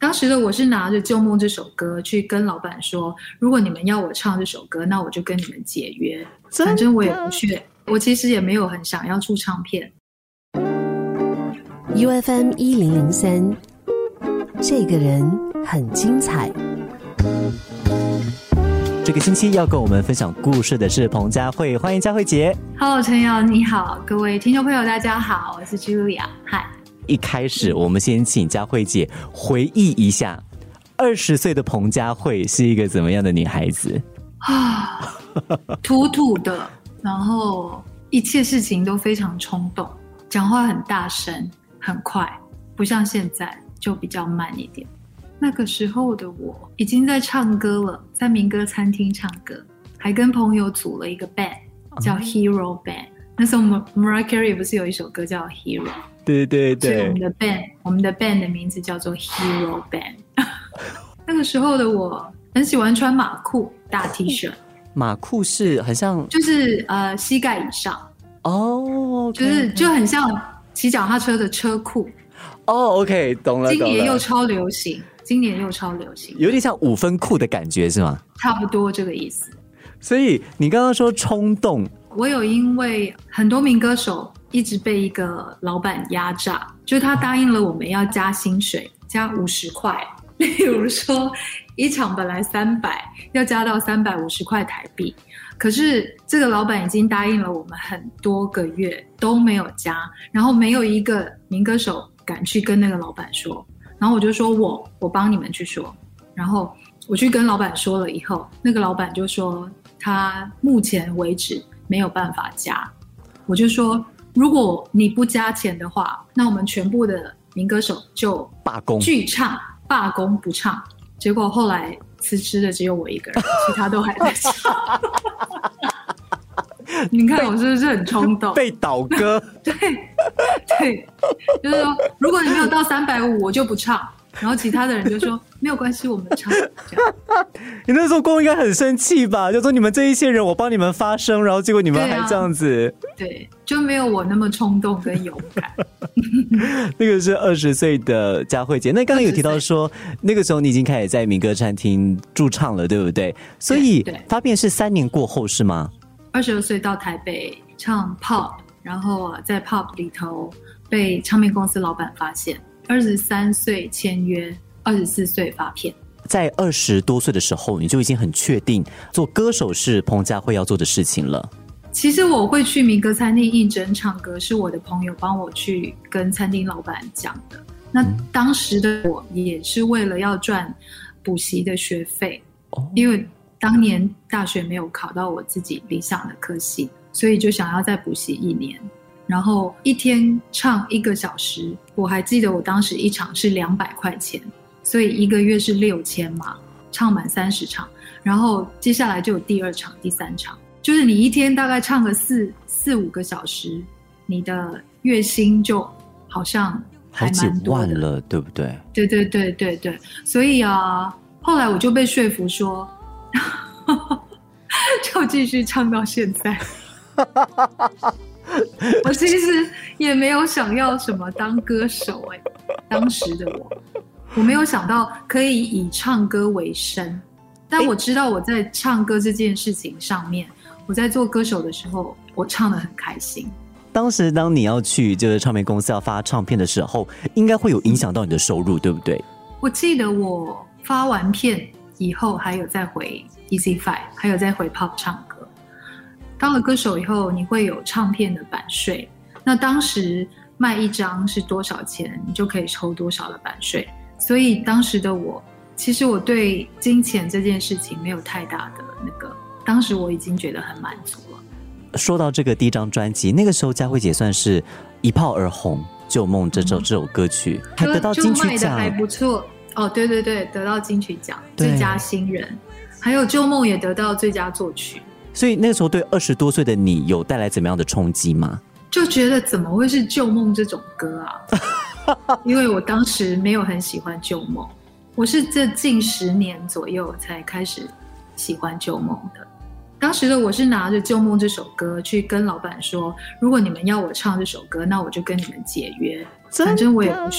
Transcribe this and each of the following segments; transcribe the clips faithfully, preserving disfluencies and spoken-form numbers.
当时的我是拿着《旧梦》这首歌去跟老板说，如果你们要我唱这首歌，那我就跟你们解约，反正我也不屑，我其实也没有很想要出唱片。 U F M 一零零三，这个人很精彩。 这个星期要跟我们分享故事的是彭佳慧，欢迎佳慧姐。 Hello 陈瑶你好，各位听众朋友大家好，我是 Julia。 嗨， 一开始我们先请佳慧姐回忆一下二十岁的彭佳慧是一个怎么样的女孩子啊？土土的，然后一切事情都非常冲动，讲话很大声很快，不像现在就比较慢一点。那个时候的我已经在唱歌了，在民歌餐厅唱歌，还跟朋友组了一个 band 叫 Hero Band。 那时候 Mariah Carey 不是有一首歌叫 Hero？ 对对对， 所以我们的 band 我们的 band 的名字叫做 Hero Band。 那个时候的我很喜欢穿马裤大 T 恤。 马裤是很像就是呃膝盖以上哦， oh, okay. 就是就很像骑脚踏车的车裤哦、oh, OK 懂了， 今年又超流行，今年又超流行， 有点像五分裤的感觉是吗？ 差不多这个意思。 所以你刚刚说冲动， 我有因为很多名歌手一直被一个老板压榨，就是他答应了我们要加薪水，加五十块，例如说一场本来三百，要加到三百五十块台币。可是这个老板已经答应了我们很多个月都没有加，然后没有一个民歌手敢去跟那个老板说，然后我就说我我帮你们去说，然后我去跟老板说了以后，那个老板就说他目前为止没有办法加。我就说如果你不加钱的话，那我们全部的民歌手就罢工拒唱罢工不唱。结果后来辞职的只有我一个人，其他都还在唱。你看我是不是很冲动？ 被倒戈。 对对，就是说如果你没有到三百五我就不唱，然后其他的人就说没有关系我们唱。这样你那时候公应该很生气吧，就说你们这一些人我帮你们发声，然后结果你们还这样子。 对,、啊、对，就没有我那么冲动跟勇敢。 那个是二十岁的佳慧姐。那刚刚有提到说那个时候你已经开始在民歌餐厅驻唱了对不对？所以发片是三年过后是吗？ 二十二岁到台北唱 pop， 然后在 pop 里头被唱片公司老板发现，二十三岁签约，二十四岁发片。 在二十多岁的时候你就已经很确定做歌手是彭佳慧要做的事情了。 其实我会去民歌餐厅应征唱歌是我的朋友帮我去跟餐厅老板讲的。那当时的我也是为了要赚补习的学费、哦、因为当年大学没有考到我自己理想的科系，所以就想要再补习一年，然后一天唱一个小时，我还记得我当时一场是两百块钱，所以一个月是六千嘛，唱满三十场，然后接下来就有第二场第三场，就是你一天大概唱个四四五个小时，你的月薪就好像还蛮多的， 好几万了对不对？ 对对对对对，所以啊后来我就被说服说就继续唱到现在。我其实也没有想要什么当歌手哎、欸，当时的我我没有想到可以以唱歌为生，但我知道我在唱歌这件事情上面，我在做歌手的时候我唱得很开心。 当时当你要去就是唱片公司要发唱片的时候，应该会有影响到你的收入对不对？ 我记得我发完片以后还有再回 E Z 五， 还有再回 Pop 唱歌。当了歌手以后你会有唱片的版税，那当时卖一张是多少钱你就可以抽多少的版税，所以当时的我其实我对金钱这件事情没有太大的那个，当时我已经觉得很满足了。 说到这个第一张专辑，那个时候佳慧姐算是一炮而红，《旧梦》这首、嗯、这首歌曲还得到金曲奖， 就卖的还不错哦，对对对，得到金曲奖最佳新人，还有《旧梦》也得到最佳作曲。 所以那个时候对二十多岁的你有带来怎么样的冲击吗？ 就觉得怎么会是《旧梦》这种歌啊？因为我当时没有很喜欢《旧梦》，我是这近十年左右才开始喜欢《旧梦》的。当时的我是拿着《旧梦》这首歌去跟老板说，如果你们要我唱这首歌，那我就跟你们解约，反正我也不屑，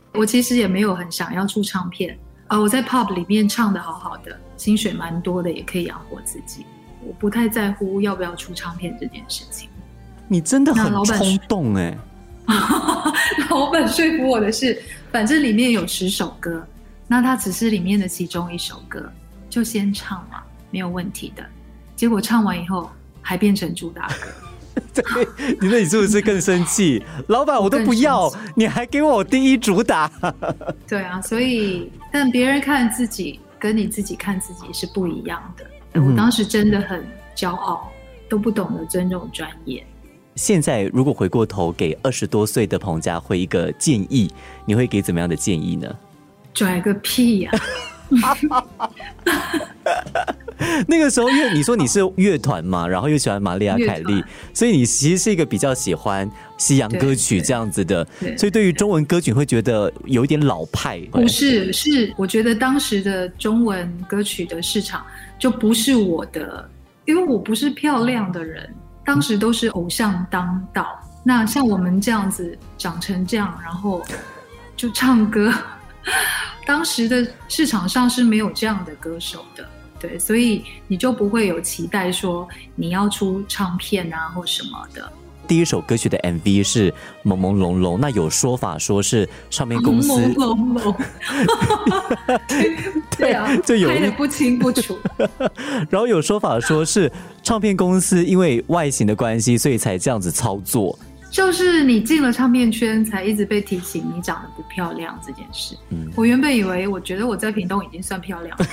我其实也没有很想要出唱片啊、呃，我在 pub 里面唱得好好的，薪水蛮多的，也可以养活自己，我不太在乎要不要出唱片这件事情。 你真的很冲动哎、欸！ 老板说服我的是，反正里面有十首歌，那它只是里面的其中一首歌，就先唱嘛，没有问题的。结果唱完以后还变成主打歌。 对，你那你是不是更生气？老板，我都不要，你还给我第一主打。 对啊，所以但别人看自己跟你自己看自己是不一样的。嗯、我当时真的很骄傲，都不懂得尊重专业。 现在如果回过头给二十多岁的彭佳慧一个建议，你会给怎么样的建议呢？ 拽个屁呀、 啊！那个时候，因为你说你是乐团嘛，然后又喜欢玛丽亚凯莉，所以你其实是一个比较喜欢西洋歌曲这样子的，所以对于中文歌曲会觉得有一点老派。 不是，是我觉得当时的中文歌曲的市场就不是我的，因为我不是漂亮的人，当时都是偶像当道。那像我们这样子长成这样，然后就唱歌，当时的市场上是没有这样的歌手的。对，所以你就不会有期待说你要出唱片啊或什么的。 第一首歌曲的 M V 是朦朦胧胧，那有说法说是唱片公司朦朦胧胧对啊， 就有拍得不清不楚然后有说法说是唱片公司因为外形的关系所以才这样子操作， 就是你进了唱片圈才一直被提醒你长得不漂亮这件事、嗯、我原本以为我觉得我在屏东已经算漂亮了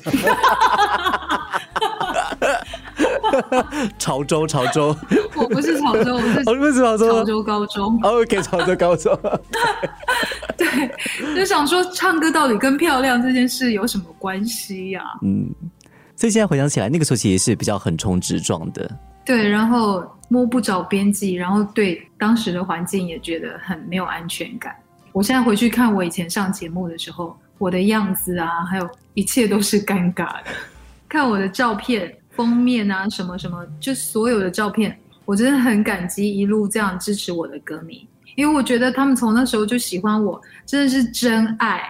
潮州潮州我不是潮州，我是不是潮州潮州高中 OK 潮州高中对，就想说唱歌到底跟漂亮这件事有什么关系呀、啊？ 嗯，所以现在回想起来那个时候其实是比较横冲直撞的， 对，然后摸不着边际，然后对当时的环境也觉得很没有安全感。我现在回去看我以前上节目的时候，我的样子啊，还有一切都是尴尬的。看我的照片封面啊，什么什么，就所有的照片，我真的很感激一路这样支持我的歌迷，因为我觉得他们从那时候就喜欢我，真的是真爱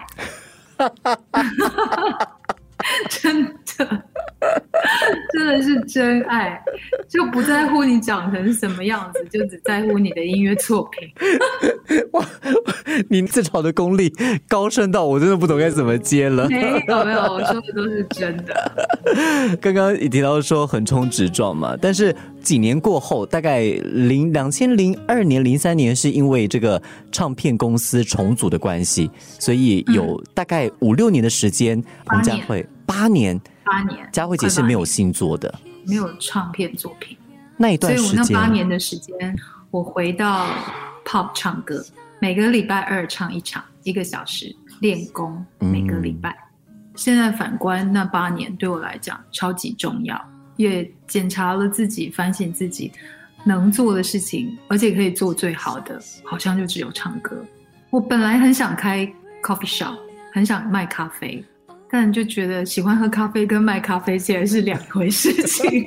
真的真的是真爱，就不在乎你长成什么样子，就只在乎你的音乐作品哇，你自嘲的功力高深到我真的不懂该怎么接了。 没有没有，我说的都是真的。 刚刚也提到说横冲直撞嘛，但是几年过后，大概零两千零二年、零三年，是因为这个唱片公司重组的关系，所以有大概五六年的时间，彭佳慧八年， 八年， 佳慧姐是没有新作的， 没有唱片作品。 那一段时间， 所以我那八年的时间，我回到 pub 唱歌，每个礼拜二唱一场，一个小时练功，每个礼拜。嗯，现在反观那八年对我来讲超级重要，也检查了自己，反省自己能做的事情，而且可以做最好的好像就只有唱歌。我本来很想开 coffee shop， 很想卖咖啡，但就觉得喜欢喝咖啡跟卖咖啡竟然是两回事情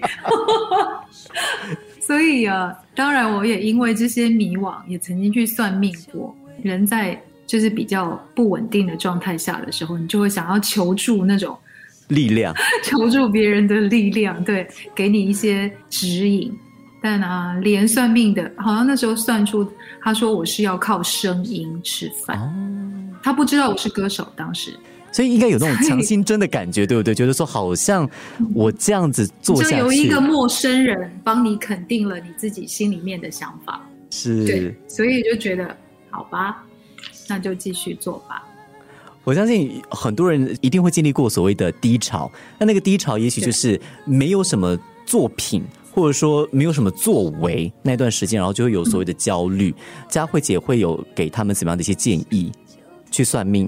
所以啊，当然我也因为这些迷惘也曾经去算命过，人在就是比较不稳定的状态下的时候，你就会想要求助那种力量， 求助别人的力量，对，给你一些指引。但啊，连算命的好像那时候算出，他说我是要靠声音吃饭，哦，他不知道我是歌手，当时。 所以应该有那种强心针的感觉，对不对？觉得说好像我这样子做下去， 就有一个陌生人帮你肯定了你自己心里面的想法， 是， 对，所以就觉得好吧，那就继续做吧。 我相信很多人一定会经历过所谓的低潮，那那个低潮也许就是没有什么作品，或者说没有什么作为那段时间，然后就会有所谓的焦虑。嗯，佳慧姐会有给他们怎么样的一些建议？去算命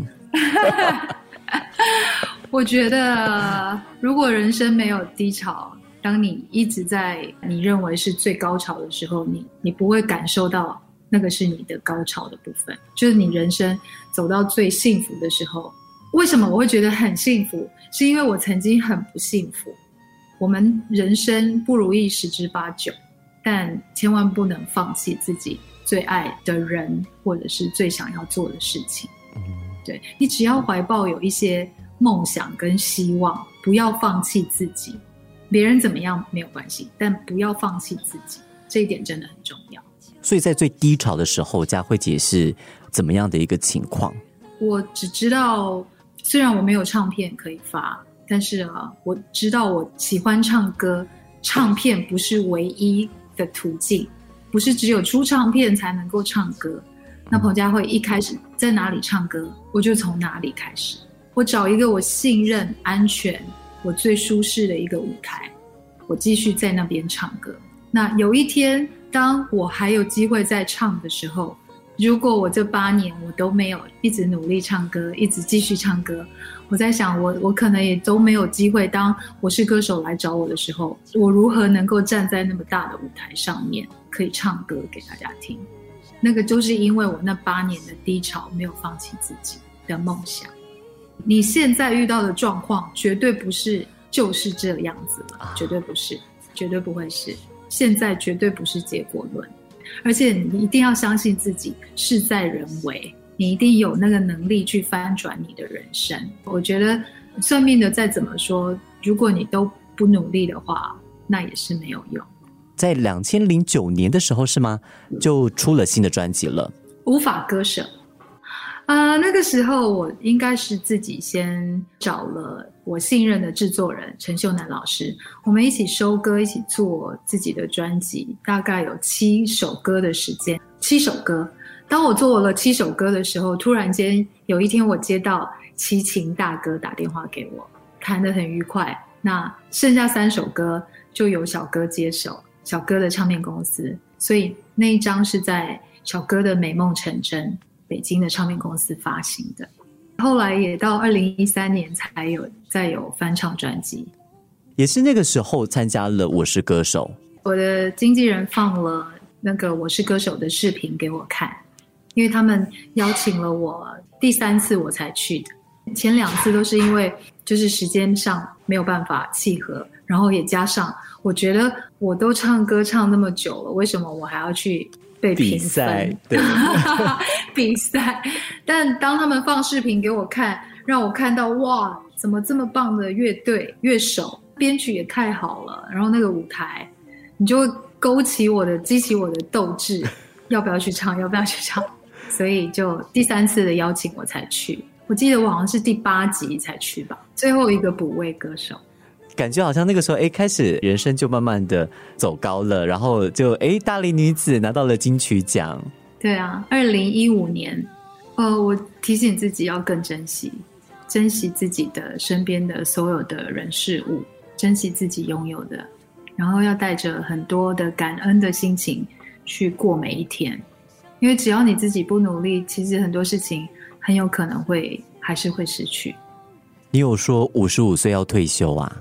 我觉得如果人生没有低潮，当你一直在你认为是最高潮的时候，你你不会感受到那个是你的高潮的部分，就是你人生走到最幸福的时候。为什么我会觉得很幸福？是因为我曾经很不幸福。我们人生不如意十之八九，但千万不能放弃自己最爱的人或者是最想要做的事情。 对，你只要怀抱有一些梦想跟希望，不要放弃自己，别人怎么样没有关系，但不要放弃自己，这一点真的很重要。 所以在最低潮的时候，佳慧姐是怎么样的一个情况？ 我只知道，虽然我没有唱片可以发，但是啊，我知道我喜欢唱歌，唱片不是唯一的途径，不是只有出唱片才能够唱歌。那彭佳慧一开始在哪里唱歌，我就从哪里开始。我找一个我信任、安全、我最舒适的一个舞台，我继续在那边唱歌。那有一天，当我还有机会再唱的时候，如果我这八年我都没有一直努力唱歌，一直继续唱歌，我在想我我可能也都没有机会，当我是歌手来找我的时候，我如何能够站在那么大的舞台上面可以唱歌给大家听。那个就是因为我那八年的低潮没有放弃自己的梦想。你现在遇到的状况绝对不是就是这样子了，绝对不是，绝对不会是，现在绝对不是结果论。而且你一定要相信自己，事在人为，你一定有那个能力去翻转你的人生。我觉得算命的再怎么说，如果你都不努力的话，那也是没有用。 在两千零九年的时候是吗？就出了新的专辑了， 无法割舍。呃，那个时候我应该是自己先找了我信任的制作人陈秀楠老师，我们一起收歌，一起做自己的专辑，大概有七首歌的时间，七首歌。当我做了七首歌的时候，突然间有一天我接到齐秦大哥打电话给我，谈得很愉快。那剩下三首歌就由小哥接手，小哥的唱片公司，所以那一张是在小哥的美梦成真北京的唱片公司发行的。后来也到二零一三年才有再有翻唱专辑， 也是那个时候参加了我是歌手。 我的经纪人放了那个我是歌手的视频给我看，因为他们邀请了我，第三次我才去的，前两次都是因为就是时间上没有办法契合，然后也加上我觉得我都唱歌唱那么久了，为什么我还要去被评分？比赛， 对， 比赛。但当他们放视频给我看，让我看到哇，怎么这么棒的乐队、乐手，编曲也太好了，然后那个舞台，你就会勾起我的、激起我的斗志，要不要去唱？要不要去唱？所以就第三次的邀请我才去。我记得我好像是第八集才去吧，最后一个补位歌手。 感觉好像那个时候，哎，开始人生就慢慢的走高了，然后就哎，大龄女子拿到了金曲奖。 对啊，二零一五年，呃，我提醒自己要更珍惜，珍惜自己的身边的所有的人事物，珍惜自己拥有的，然后要带着很多的感恩的心情去过每一天。因为只要你自己不努力，其实很多事情很有可能会还是会失去。 你有说五十五岁要退休啊？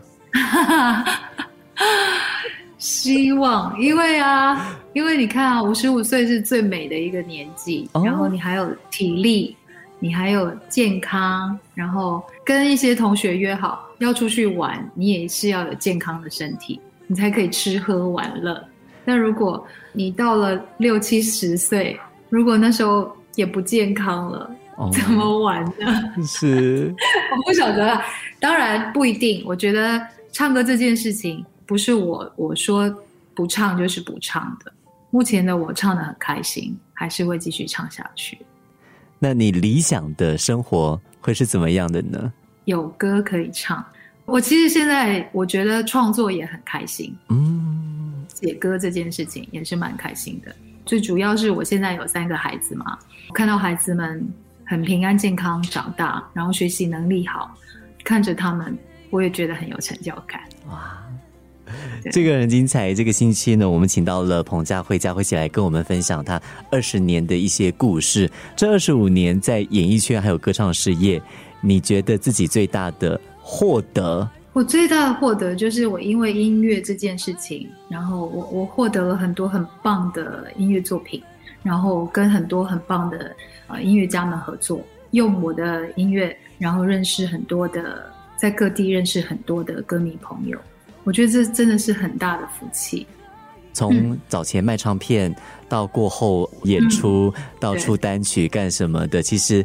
希望，因为啊，因为你看啊，五十五岁是最美的一个年纪，哦，然后你还有体力，你还有健康，然后跟一些同学约好要出去玩，你也是要有健康的身体，你才可以吃喝玩乐。但如果你到了六七十岁，如果那时候也不健康了，哦，怎么玩呢？ 是， 我不晓得，当然不一定。我觉得唱歌这件事情不是我我说不唱就是不唱的。目前的我唱得很开心，还是会继续唱下去。 那你理想的生活会是怎么样的呢？ 有歌可以唱。我其实现在我觉得创作也很开心，嗯，写歌这件事情也是蛮开心的。最主要是我现在有三个孩子嘛，看到孩子们很平安健康长大，然后学习能力好，看着他们我也觉得很有成就感。 哇，这个很精彩。这个星期呢，我们请到了彭佳慧，佳慧姐来跟我们分享她二十年的一些故事。这二十五年在演艺圈还有歌唱事业，你觉得自己最大的获得？ 我最大的获得就是我因为音乐这件事情，然后我我获得了很多很棒的音乐作品，然后跟很多很棒的呃音乐家们合作，用我的音乐，然后认识很多的，在各地认识很多的歌迷朋友。我觉得这真的是很大的福气。 从早前卖唱片，到过后演出，嗯，到出单曲干什么的，其实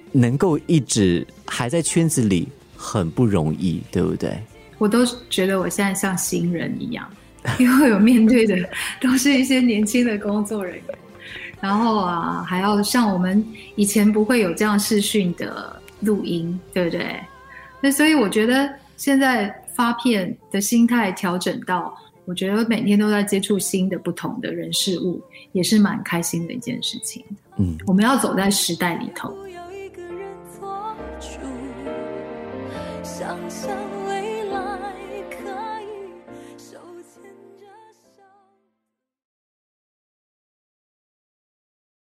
能够一直还在圈子里很不容易，对不对？ 我都觉得我现在像新人一样，因为我面对的都是一些年轻的工作人员，然后啊，还要像我们以前不会有这样视讯的录音，对不对？那所以我觉得现在发片的心态调整到，我觉得每天都在接触新的不同的人事物，也是蛮开心的一件事情。嗯，我们要走在时代里头。 有一个人做主，想象